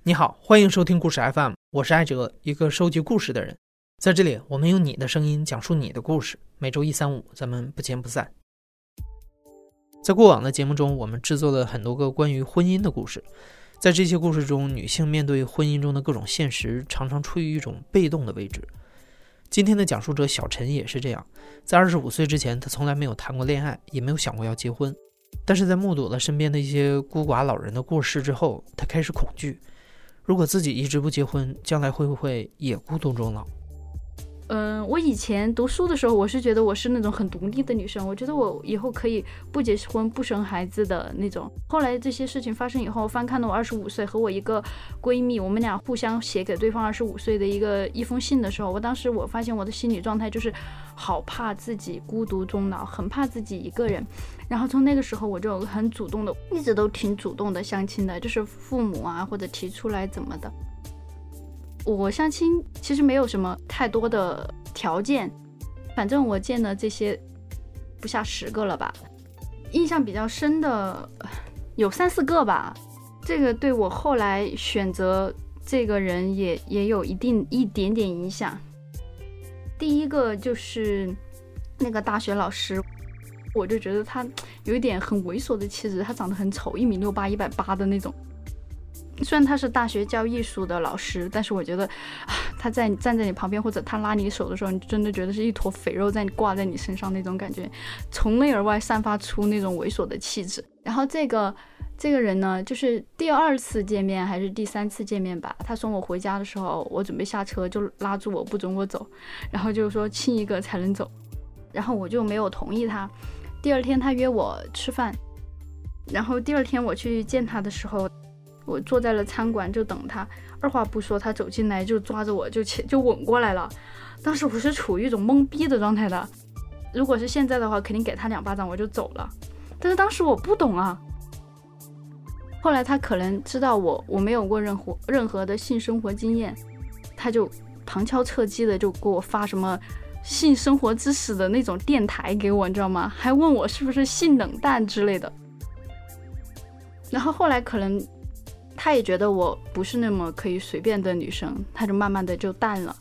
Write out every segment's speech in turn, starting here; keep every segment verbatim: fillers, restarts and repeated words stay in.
你好，欢迎收听故事 F M， 我是艾哲，一个收集故事的人。在这里，我们用你的声音讲述你的故事。每周一、三、五，咱们不见不散。在过往的节目中，我们制作了很多个关于婚姻的故事。在这些故事中，女性面对婚姻中的各种现实，常常处于一种被动的位置。今天的讲述者小陈也是这样，在二十五岁之前，他从来没有谈过恋爱，也没有想过要结婚。但是在目睹了身边的一些孤寡老人的过世之后，他开始恐惧。如果自己一直不结婚，将来会不会也孤独终老？ 嗯、呃，我以前读书的时候，我是觉得我是那种很独立的女生，我觉得我以后可以不结婚、不生孩子的那种。后来这些事情发生以后，翻看了我二十五岁和我一个闺蜜，我们俩互相写给对方二十五岁的一个一封信的时候，我当时我发现我的心理状态就是好怕自己孤独终老，很怕自己一个人。然后从那个时候我就很主动的，一直都挺主动的相亲的，就是父母啊或者提出来怎么的。我相亲其实没有什么太多的条件，反正我见了这些不下十个了吧，印象比较深的有三四个吧。这个对我后来选择这个人也也有一定一点点影响。第一个就是那个大学老师，我就觉得他有一点很猥琐的气质，他长得很丑，一米六八一百八的那种。虽然他是大学教艺术的老师，但是我觉得、啊、他在站在你旁边，或者他拉你手的时候，你真的觉得是一坨肥肉在你挂在你身上那种感觉，从内而外散发出那种猥琐的气质。然后这个这个人呢，就是第二次见面还是第三次见面吧，他送我回家的时候，我准备下车就拉住我不准我走，然后就说亲一个才能走，然后我就没有同意他。第二天他约我吃饭，然后第二天我去见他的时候，我坐在了餐馆就等他，二话不说他走进来就抓着我就就吻过来了。当时我是处于一种懵逼的状态的，如果是现在的话肯定给他两巴掌我就走了，但是当时我不懂啊。后来他可能知道我我没有过任何任何的性生活经验，他就旁敲侧击的就给我发什么性生活知识的那种电台给我，你知道吗？还问我是不是性冷淡之类的。然后后来可能他也觉得我不是那么可以随便的女生，他就慢慢的就淡了。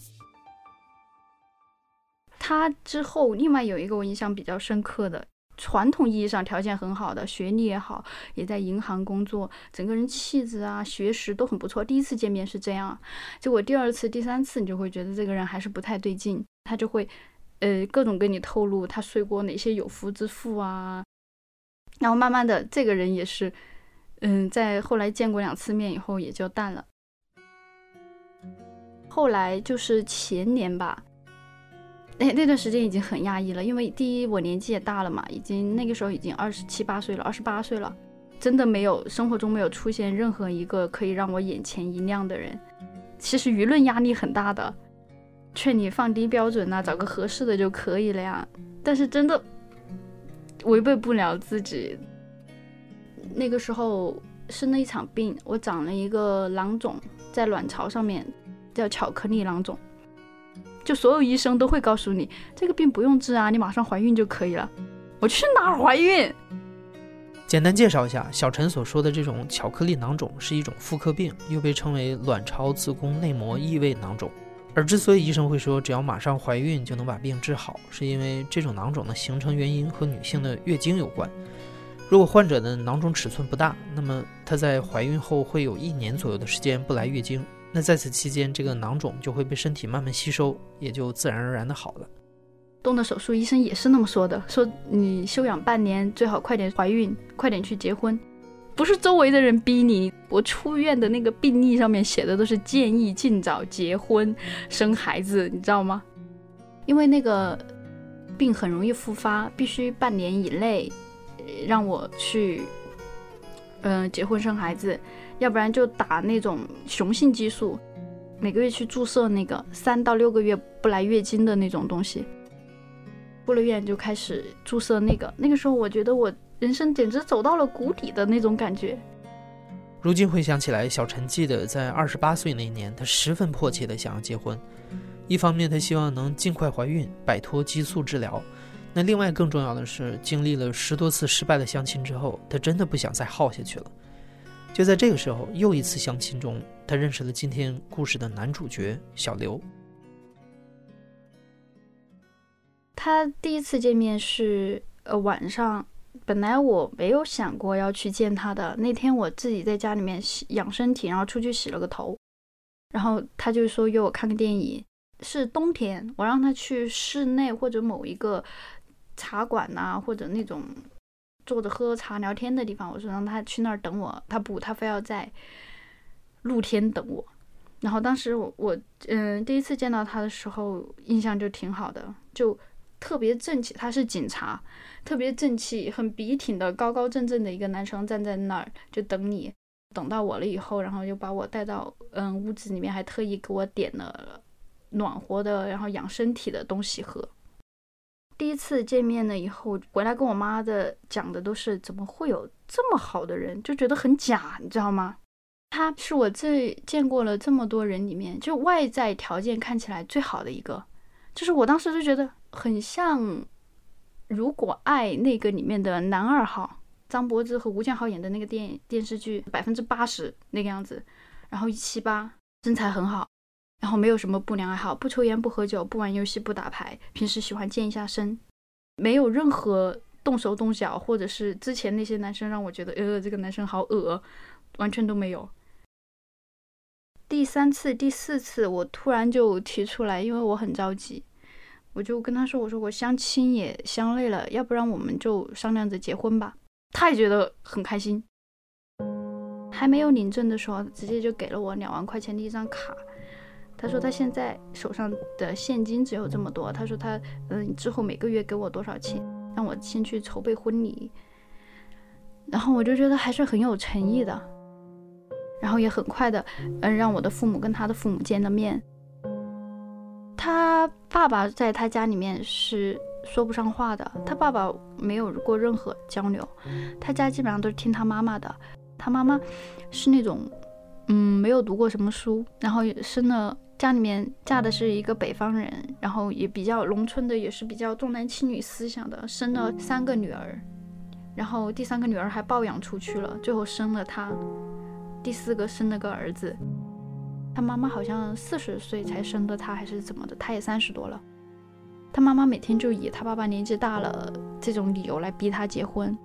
他之后另外有一个我印象比较深刻的，传统意义上条件很好的，学历也好，也在银行工作，整个人气质啊学识都很不错。第一次见面是这样，结果第二次第三次你就会觉得这个人还是不太对劲，他就会呃各种跟你透露他睡过哪些有夫之妇啊。然后慢慢的这个人也是嗯，在后来见过两次面以后也就淡了。后来就是前年吧，那那段时间已经很压抑了，因为第一我年纪也大了嘛，已经那个时候已经二十七八岁了，二十八岁了，真的没有生活中没有出现任何一个可以让我眼前一亮的人。其实舆论压力很大的，劝你放低标准啊，找个合适的就可以了呀，但是真的违背不了自己。那个时候是那一场病，我长了一个囊肿在卵巢上面，叫巧克力囊肿，就所有医生都会告诉你这个病不用治啊，你马上怀孕就可以了。我去哪儿怀孕？ 简单介绍一下，小陈所说的这种巧克力囊肿是一种妇科病，又被称为卵巢子宫内膜异位囊肿。而之所以医生会说只要马上怀孕就能把病治好，是因为这种囊肿的形成原因和女性的月经有关。如果患者的囊肿尺寸不大，那么她在怀孕后会有一年左右的时间不来月经，那在此期间这个囊肿就会被身体慢慢吸收，也就自然而然的好了。 动的手术医生也是那么说的，说你休养半年，最好快点怀孕，快点去结婚。不是周围的人逼你，我出院的那个病历上面写的都是建议尽早结婚生孩子，你知道吗？因为那个病很容易复发，必须半年以内让我去呃结婚生孩子，要不然就打那种雄性激素，每个月去注射那个三到六个月不来月经的那种东西。出了院就开始注射那个，那个时候我觉得我人生简直走到了谷底的那种感觉。 如今回想起来，小陈记得在二十八岁那一年，他十分迫切地想要结婚。一方面他希望能尽快怀孕，摆脱激素治疗，那另外更重要的是，经历了十多次失败的相亲之后，他真的不想再耗下去了。 就在这个时候，又一次相亲中，他认识了今天故事的男主角小刘。 他第一次见面是呃晚上，本来我没有想过要去见他的。那天我自己在家里面洗养身体，然后出去洗了个头，然后他就说约我看个电影，是冬天，我让他去室内或者某一个茶馆啊，或者那种坐着喝茶聊天的地方，我说让他去那儿等我，他不，他非要在露天等我。然后当时我我嗯第一次见到他的时候，印象就挺好的，就特别正气，他是警察，特别正气，很笔挺的高高正正的一个男生站在那儿就等你，等到我了以后，然后又把我带到嗯屋子里面，还特意给我点了暖和的然后养身体的东西喝。第一次见面了以后回来跟我妈的讲的都是怎么会有这么好的人，就觉得很假，你知道吗？他是我这见过了这么多人里面就外在条件看起来最好的一个，就是我当时就觉得很像如果爱那个里面的男二号张柏芝和吴建豪演的那个电电视剧百分之八十那个样子，然后一七八，身材很好，然后没有什么不良爱好，不抽烟不喝酒不玩游戏不打牌，平时喜欢健一下身，没有任何动手动脚，或者是之前那些男生让我觉得呃这个男生好恶，完全都没有。第三次第四次我突然就提出来，因为我很着急，我就跟他说，我说我相亲也相累了，要不然我们就商量着结婚吧。他也觉得很开心，还没有领证的时候直接就给了我两万块钱的一张卡。他说他现在手上的现金只有这么多，他说他嗯之后每个月给我多少钱，让我先去筹备婚礼。然后我就觉得还是很有诚意的，然后也很快的嗯让我的父母跟他的父母见了面。他爸爸在他家里面是说不上话的，他爸爸没有过任何交流，他家基本上都是听他妈妈的。他妈妈是那种嗯没有读过什么书，然后也生了家里面嫁的是一个北方人，然后也比较农村的，也是比较重男轻女思想的，生了三个女儿，然后第三个女儿还抱养出去了，最后生了他，第四个生了个儿子。他妈妈好像四十岁才生的他还是怎么的，他也三十多了。他妈妈每天就以他爸爸年纪大了这种理由来逼他结婚。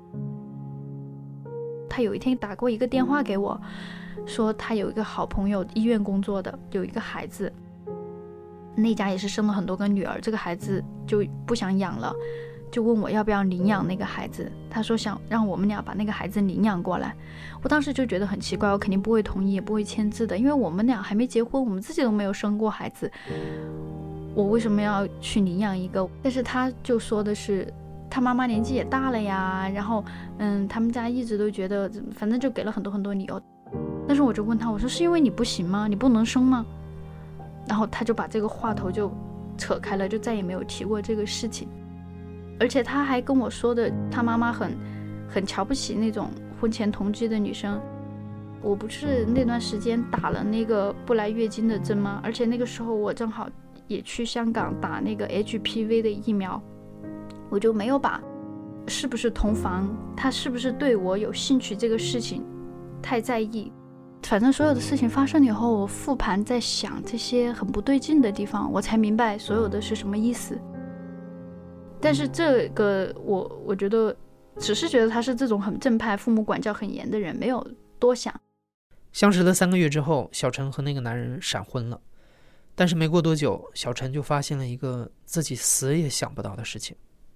他有一天打过一个电话给我，说他有一个好朋友医院工作的，有一个孩子，那家也是生了很多个女儿，这个孩子就不想养了，就问我要不要领养那个孩子。他说想让我们俩把那个孩子领养过来。我当时就觉得很奇怪，我肯定不会同意也不会签字的，因为我们俩还没结婚，我们自己都没有生过孩子，我为什么要去领养一个？但是他就说的是他妈妈年纪也大了呀，然后嗯，他们家一直都觉得，反正就给了很多很多理由。但是我就问他，我说是因为你不行吗？你不能生吗？然后他就把这个话头就扯开了，就再也没有提过这个事情。而且他还跟我说的，他妈妈很很瞧不起那种婚前同居的女生。我不是那段时间打了那个不来月经的针吗？而且那个时候我正好也去香港打那个 H P V 的疫苗，我就没有把是不是同房，他是不是对我有兴趣这个事情太在意。反正所有的事情发生以后，我复盘在想这些很不对劲的地方，我才明白所有的是什么意思。但是这个我我觉得只是觉得他是这种很正派父母管教很严的人，没有多想。 相识了三个月之后，小陈和那个男人闪婚了。但是没过多久，小陈就发现了一个自己死也想不到的事情。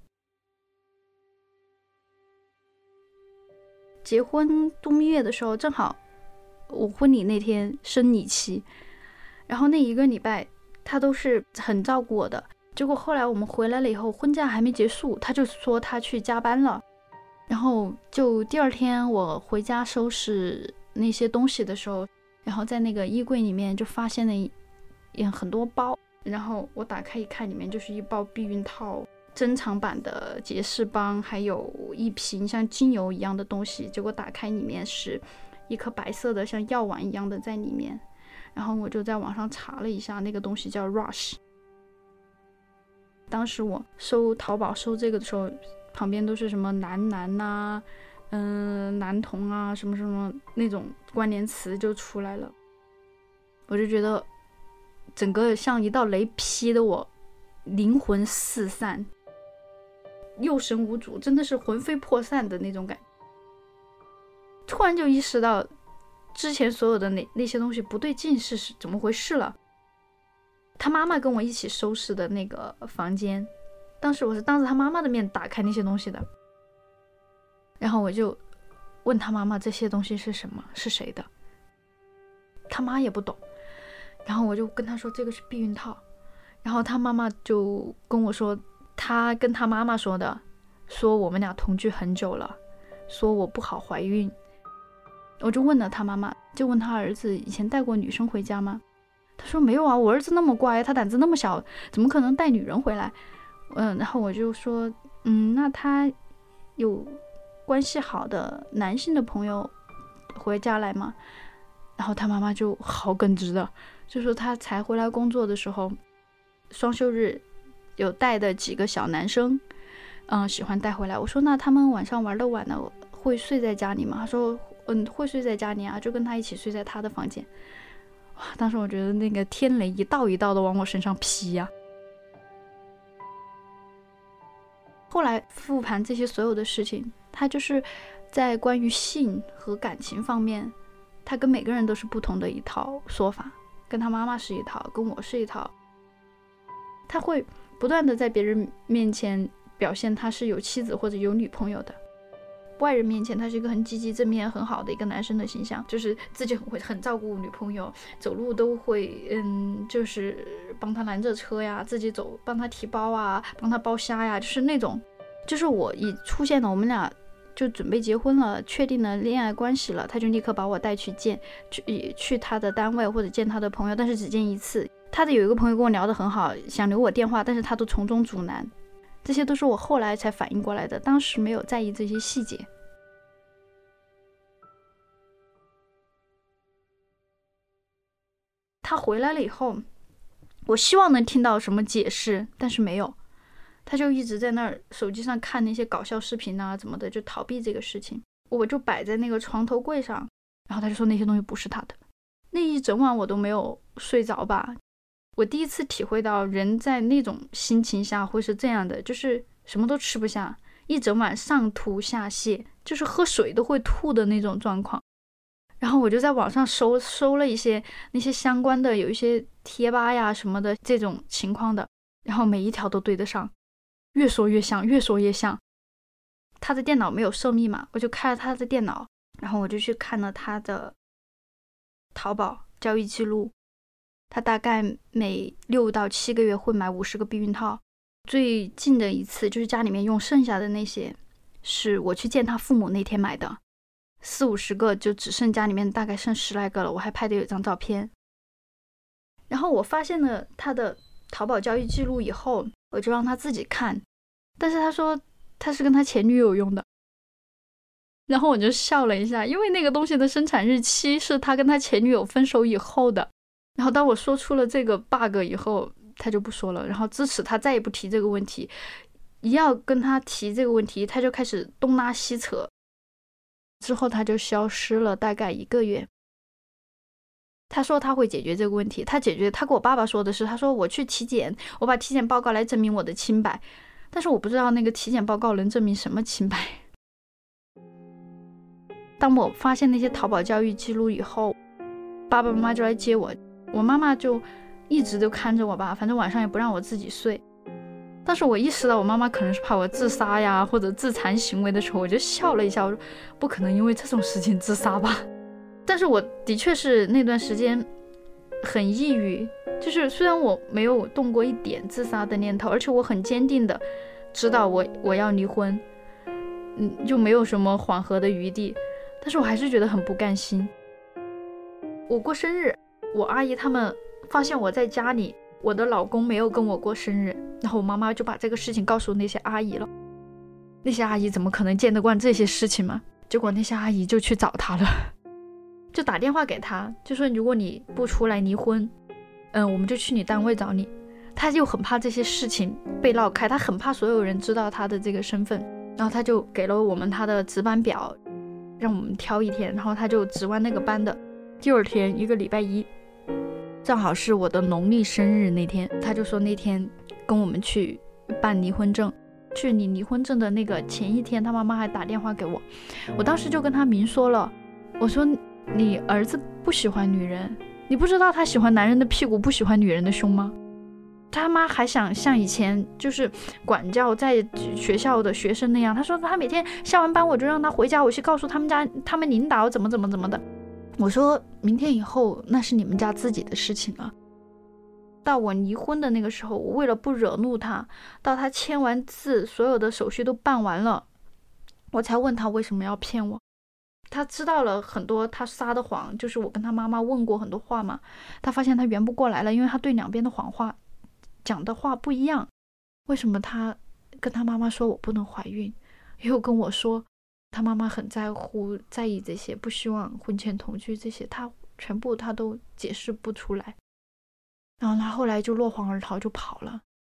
结婚度蜜月的时候，正好我婚礼那天生理期，然后那一个礼拜他都是很照顾我的。结果后来我们回来了以后，婚假还没结束，他就说他去加班了。然后就第二天我回家收拾那些东西的时候，然后在那个衣柜里面就发现了也很多包，然后我打开一看，里面就是一包避孕套、珍藏版的杰士邦，还有一瓶像精油一样的东西。结果打开里面是一颗白色的像药丸一样的在里面，然后我就在网上查了一下，那个东西叫 Rush。 当时我收淘宝收这个的时候，旁边都是什么男男啊， 嗯、呃，男童啊，什么什么那种关联词就出来了。我就觉得整个像一道雷劈的我，灵魂四散，右神无主，真的是魂飞魄散的那种感觉。突然就意识到之前所有的那那些东西不对劲是是怎么回事了。他妈妈跟我一起收拾的那个房间，当时我是当着他妈妈的面打开那些东西的，然后我就问他妈妈这些东西是什么，是谁的，他妈也不懂，然后我就跟他说这个是避孕套，然后他妈妈就跟我说他跟他妈妈说的，说我们俩同居很久了，说我不好怀孕。我就问了他妈妈，就问他儿子以前带过女生回家吗？他说没有啊，我儿子那么乖，他胆子那么小，怎么可能带女人回来？嗯，然后我就说，嗯，那他有关系好的男性的朋友回家来吗？然后他妈妈就好耿直的，就说他才回来工作的时候，双休日有带的几个小男生，嗯，喜欢带回来。我说那他们晚上玩的晚了，会睡在家里吗？他说，嗯，会睡在家里啊，就跟他一起睡在他的房间。哇，当时我觉得那个天雷一道一道的往我身上劈呀、啊。后来复盘这些所有的事情，他就是在关于性和感情方面，他跟每个人都是不同的一套说法，跟他妈妈是一套，跟我是一套。他会不断的在别人面前表现他是有妻子或者有女朋友的，外人面前他是一个很积极正面很好的一个男生的形象，就是自己很会很照顾女朋友，走路都会嗯，就是帮他拦着车呀，自己走帮他提包啊，帮他包虾呀，就是那种，就是我一出现了，我们俩就准备结婚了，确定了恋爱关系了，他就立刻把我带去见去去他的单位或者见他的朋友，但是只见一次。他的有一个朋友跟我聊得很好，想留我电话，但是他都从中阻拦。这些都是我后来才反应过来的，当时没有在意这些细节。他回来了以后，我希望能听到什么解释，但是没有，他就一直在那儿手机上看那些搞笑视频啊怎么的，就逃避这个事情。我就摆在那个床头柜上，然后他就说那些东西不是他的。那一整晚我都没有睡着吧。我第一次体会到人在那种心情下会是这样的，就是什么都吃不下，一整晚上吐下泻，就是喝水都会吐的那种状况。然后我就在网上搜搜了一些那些相关的，有一些贴吧呀什么的这种情况的，然后每一条都对得上，越说越像，越说越像。他的电脑没有设密码，我就开了他的电脑，然后我就去看了他的淘宝交易记录。他大概每六到七个月会买五十个避孕套，最近的一次就是家里面用剩下的那些，是我去见他父母那天买的，四五十个就只剩家里面大概剩十来个了，我还拍的有一张照片。然后我发现了他的淘宝交易记录以后，我就让他自己看，但是他说他是跟他前女友用的，然后我就笑了一下，因为那个东西的生产日期是他跟他前女友分手以后的。然后当我说出了这个 bug 以后，他就不说了，然后自此他再也不提这个问题，一要跟他提这个问题，他就开始东拉西扯。之后他就消失了大概一个月。他说他会解决这个问题，他解决他跟我爸爸说的是，他说我去体检，我把体检报告来证明我的清白，但是我不知道那个体检报告能证明什么清白。当我发现那些淘宝交易记录以后，爸爸妈妈就来接我，我妈妈就一直都看着我吧，反正晚上也不让我自己睡。但是我意识到我妈妈可能是怕我自杀呀或者自残行为的时候，我就笑了一下，我说不可能因为这种事情自杀吧。但是我的确是那段时间很抑郁，就是虽然我没有动过一点自杀的念头，而且我很坚定的知道我我要离婚，嗯，就没有什么缓和的余地，但是我还是觉得很不甘心。我过生日，我阿姨他们发现我在家里，我的老公没有跟我过生日，然后我妈妈就把这个事情告诉那些阿姨了。那些阿姨怎么可能见得惯这些事情嘛？结果那些阿姨就去找他了，就打电话给他，就说如果你不出来离婚，嗯，我们就去你单位找你。他就很怕这些事情被闹开，他很怕所有人知道他的这个身份，然后他就给了我们他的值班表， 让我们挑一天，然后他就指完那个班的第二天一个礼拜一，正好是我的农历生日那天，他就说那天跟我们去办离婚证。去你离婚证的那个前一天，他妈妈还打电话给我，我当时就跟他明说了，我说你儿子不喜欢女人，你不知道他喜欢男人的屁股，不喜欢女人的胸吗？他妈还想像以前就是管教在学校的学生那样，他说他每天下完班我就让他回家，我去告诉他们家他们领导怎么怎么怎么的。我说明天以后那是你们家自己的事情了。到我离婚的那个时候，我为了不惹怒他，到他签完字所有的手续都办完了，我才问他为什么要骗我。他知道了很多他撒的谎，就是我跟他妈妈问过很多话嘛，他发现他圆不过来了，因为他对两边的谎话讲的话不一样。为什么他跟他妈妈说我不能怀孕，又跟我说他妈妈很在乎在意这些，不希望婚前同居这些，他全部他都解释不出来。然后他后来就落荒而逃，就跑了。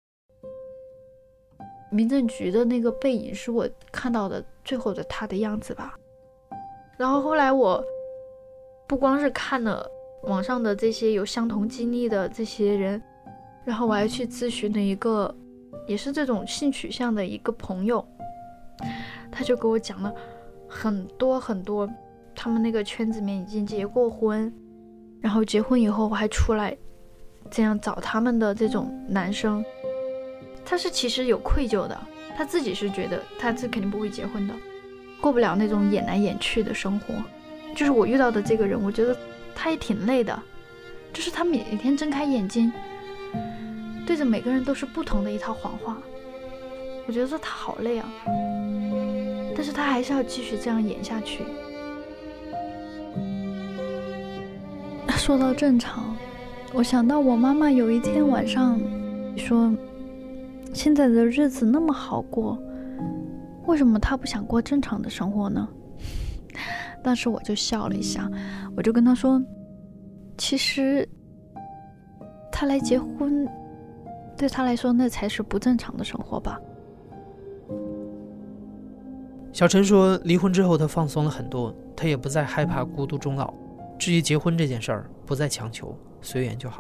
民政局的那个背影是我看到的最后的他的样子吧。然后后来我不光是看了网上的这些有相同经历的这些人，然后我还去咨询了一个也是这种性取向的一个朋友，他就给我讲了很多很多他们那个圈子里面已经结过婚，然后结婚以后还出来这样找他们的这种男生，他是其实有愧疚的，他自己是觉得他是肯定不会结婚的，过不了那种演来演去的生活。就是我遇到的这个人，我觉得他也挺累的，就是他每天睁开眼睛对着每个人都是不同的一套谎话，我觉得他好累啊，但是他还是要继续这样演下去。说到正常，我想到我妈妈有一天晚上说，现在的日子那么好过，为什么她不想过正常的生活呢？当时我就笑了一下，我就跟她说，其实她来结婚对她来说那才是不正常的生活吧。 小陈说，离婚之后他放松了很多，他也不再害怕孤独终老，至于结婚这件事儿，不再强求，随缘就好。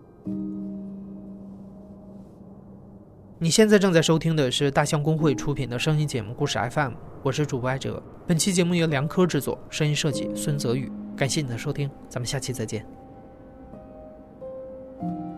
你现在正在收听的是大象公会出品的声音节目故事 F M， 我是主播艾哲。本期节目由梁科制作，声音设计孙泽宇。感谢你的收听，咱们下期再见。